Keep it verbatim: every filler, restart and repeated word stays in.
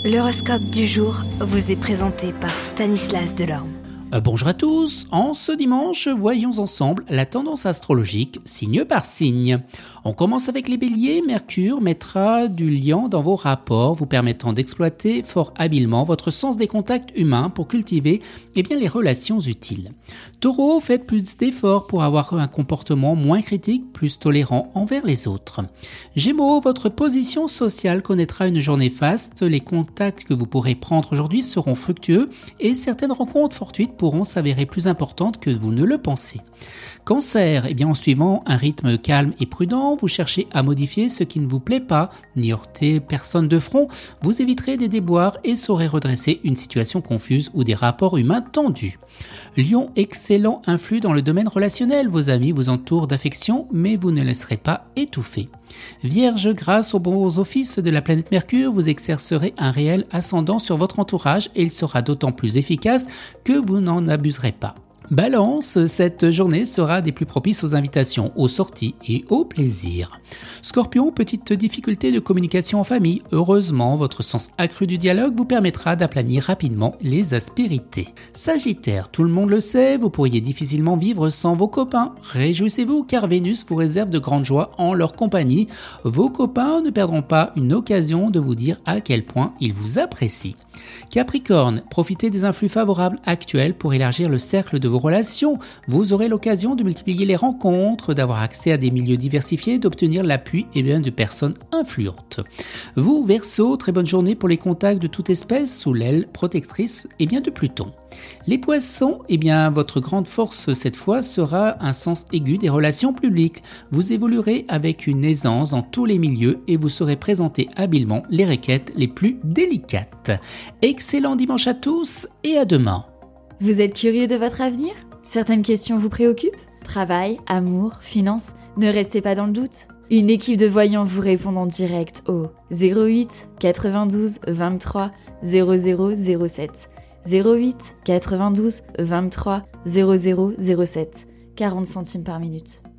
L'horoscope du jour vous est présenté par Stanislas Delorme. Euh, bonjour à tous, en ce dimanche, voyons ensemble la tendance astrologique signe par signe. On commence avec les béliers. Mercure mettra du lien dans vos rapports, vous permettant d'exploiter fort habilement votre sens des contacts humains pour cultiver eh bien, les relations utiles. Taureau, faites plus d'efforts pour avoir un comportement moins critique, plus tolérant envers les autres. Gémeaux, votre position sociale connaîtra une journée faste, les contacts que vous pourrez prendre aujourd'hui seront fructueux et certaines rencontres fortuites pourront s'avérer plus importantes que vous ne le pensez. Cancer, eh bien en suivant un rythme calme et prudent, vous cherchez à modifier ce qui ne vous plaît pas, n'y heurtez personne de front, vous éviterez des déboires et saurez redresser une situation confuse ou des rapports humains tendus. Lion, excellent influx dans le domaine relationnel, vos amis vous entourent d'affection, mais vous ne laisserez pas étouffer. Vierge, grâce aux bons offices de la planète Mercure, vous exercerez un réel ascendant sur votre entourage et il sera d'autant plus efficace que vous n'en abuserez pas. Balance, cette journée sera des plus propices aux invitations, aux sorties et au plaisir. Scorpion, petite difficulté de communication en famille. Heureusement, votre sens accru du dialogue vous permettra d'aplanir rapidement les aspérités. Sagittaire, tout le monde le sait, vous pourriez difficilement vivre sans vos copains. Réjouissez-vous car Vénus vous réserve de grandes joies en leur compagnie. Vos copains ne perdront pas une occasion de vous dire à quel point ils vous apprécient. Capricorne, profitez des influx favorables actuels pour élargir le cercle de vos relations. Vous aurez l'occasion de multiplier les rencontres, d'avoir accès à des milieux diversifiés, d'obtenir l'appui et bien de personnes influentes. Vous, Verseau, très bonne journée pour les contacts de toute espèce sous l'aile protectrice et bien de Pluton. Les Poissons, eh bien votre grande force cette fois sera un sens aigu des relations publiques. Vous évoluerez avec une aisance dans tous les milieux et vous saurez présenter habilement les requêtes les plus délicates. Excellent dimanche à tous et à demain. Vous êtes curieux de votre avenir ? Certaines questions vous préoccupent ? Travail, amour, finances ? Ne restez pas dans le doute. Une équipe de voyants vous répond en direct au zéro huit quatre-vingt-douze vingt-trois zéro zéro zéro sept. zéro huit quatre-vingt-douze vingt-trois zéro zéro zéro sept. quarante centimes par minute.